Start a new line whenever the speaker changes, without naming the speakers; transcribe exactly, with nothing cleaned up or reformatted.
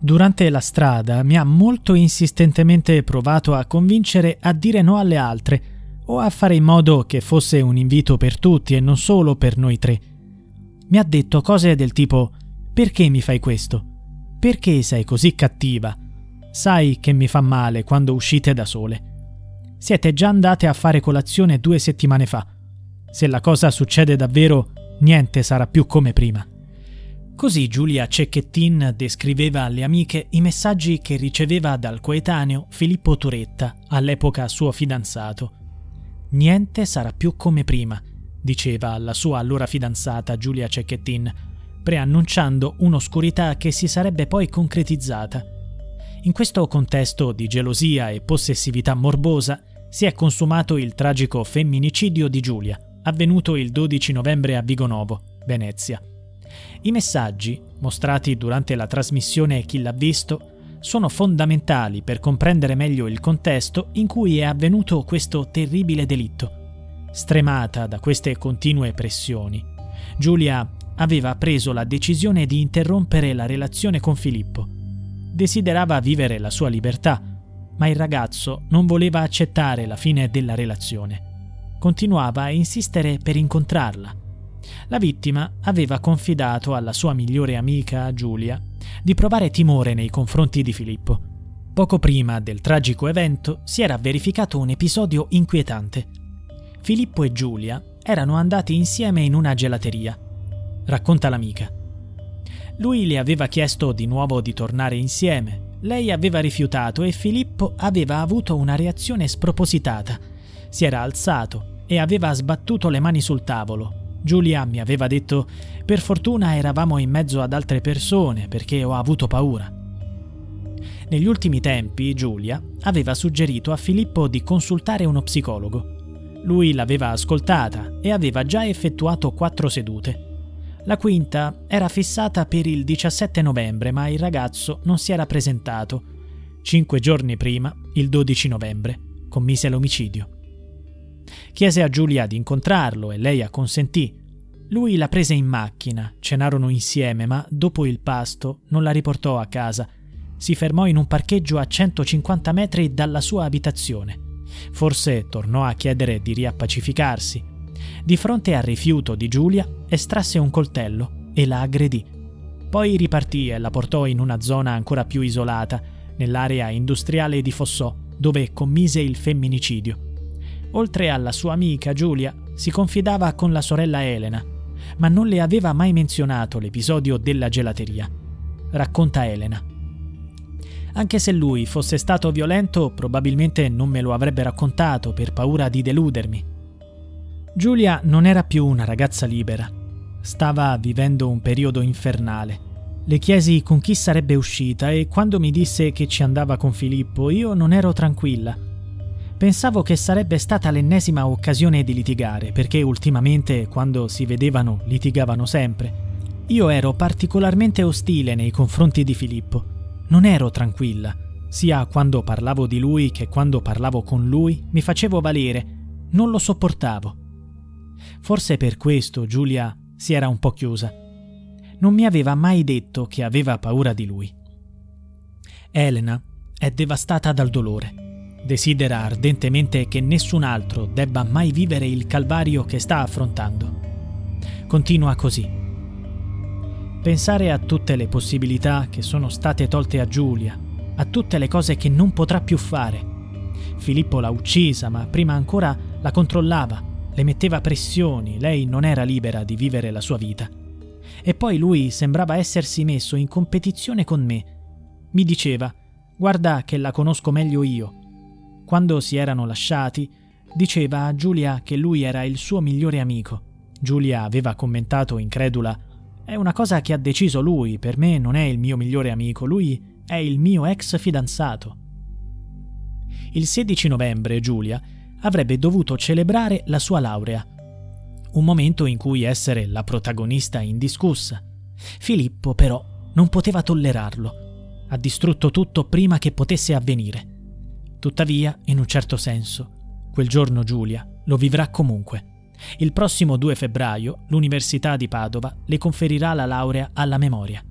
Durante la strada mi ha molto insistentemente provato a convincere a dire no alle altre o a fare in modo che fosse un invito per tutti e non solo per noi tre. Mi ha detto cose del tipo: perché mi fai questo? Perché sei così cattiva? Sai che mi fa male quando uscite da sole. Siete già andate a fare colazione due settimane fa. Se la cosa succede davvero, niente sarà più come prima. Così Giulia Cecchettin descriveva alle amiche i messaggi che riceveva dal coetaneo Filippo Turetta, all'epoca suo fidanzato. Niente sarà più come prima, diceva alla sua allora fidanzata Giulia Cecchettin, preannunciando un'oscurità che si sarebbe poi concretizzata. In questo contesto di gelosia e possessività morbosa si è consumato il tragico femminicidio di Giulia, avvenuto il dodici novembre a Vigonovo, Venezia. I messaggi, mostrati durante la trasmissione Chi l'ha visto, sono fondamentali per comprendere meglio il contesto in cui è avvenuto questo terribile delitto. Stremata da queste continue pressioni, Giulia aveva preso la decisione di interrompere la relazione con Filippo. Desiderava vivere la sua libertà, ma il ragazzo non voleva accettare la fine della relazione. Continuava a insistere per incontrarla. La vittima aveva confidato alla sua migliore amica, Giulia, di provare timore nei confronti di Filippo. Poco prima del tragico evento si era verificato un episodio inquietante. Filippo e Giulia erano andati insieme in una gelateria. Racconta l'amica. Lui le aveva chiesto di nuovo di tornare insieme. Lei aveva rifiutato e Filippo aveva avuto una reazione spropositata. Si era alzato e aveva sbattuto le mani sul tavolo. Giulia mi aveva detto: per fortuna eravamo in mezzo ad altre persone perché ho avuto paura. Negli ultimi tempi Giulia aveva suggerito a Filippo di consultare uno psicologo. Lui l'aveva ascoltata e aveva già effettuato quattro sedute. La quinta era fissata per il diciassette novembre, ma il ragazzo non si era presentato. Cinque giorni prima, il dodici novembre, commise l'omicidio. Chiese a Giulia di incontrarlo e lei acconsentì. Lui la prese in macchina, cenarono insieme, ma dopo il pasto non la riportò a casa. Si fermò in un parcheggio a centocinquanta metri dalla sua abitazione. Forse tornò a chiedere di riappacificarsi. Di fronte al rifiuto di Giulia, estrasse un coltello e la aggredì. Poi ripartì e la portò in una zona ancora più isolata, nell'area industriale di Fossò, dove commise il femminicidio. Oltre alla sua amica Giulia, si confidava con la sorella Elena, ma non le aveva mai menzionato l'episodio della gelateria. Racconta Elena. Anche se lui fosse stato violento, probabilmente non me lo avrebbe raccontato per paura di deludermi. Giulia non era più una ragazza libera. Stava vivendo un periodo infernale. Le chiesi con chi sarebbe uscita e quando mi disse che ci andava con Filippo, io non ero tranquilla. Pensavo che sarebbe stata l'ennesima occasione di litigare, perché ultimamente, quando si vedevano, litigavano sempre. Io ero particolarmente ostile nei confronti di Filippo. Non ero tranquilla. Sia quando parlavo di lui che quando parlavo con lui, mi facevo valere. Non lo sopportavo. Forse per questo Giulia si era un po' chiusa. Non mi aveva mai detto che aveva paura di lui. Elena è devastata dal dolore. Desidera ardentemente che nessun altro debba mai vivere il calvario che sta affrontando. Continua così. Pensare a tutte le possibilità che sono state tolte a Giulia, a tutte le cose che non potrà più fare. Filippo l'ha uccisa, ma prima ancora la controllava, le metteva pressioni, lei non era libera di vivere la sua vita. E poi lui sembrava essersi messo in competizione con me. Mi diceva: guarda che la conosco meglio io. Quando si erano lasciati, diceva a Giulia che lui era il suo migliore amico. Giulia aveva commentato incredula: è una cosa che ha deciso lui, per me non è il mio migliore amico, lui è il mio ex fidanzato. Il sedici novembre Giulia avrebbe dovuto celebrare la sua laurea, un momento in cui essere la protagonista indiscussa. Filippo però non poteva tollerarlo. Ha distrutto tutto prima che potesse avvenire. Tuttavia, in un certo senso, quel giorno Giulia lo vivrà comunque. Il prossimo due febbraio l'Università di Padova le conferirà la laurea alla memoria.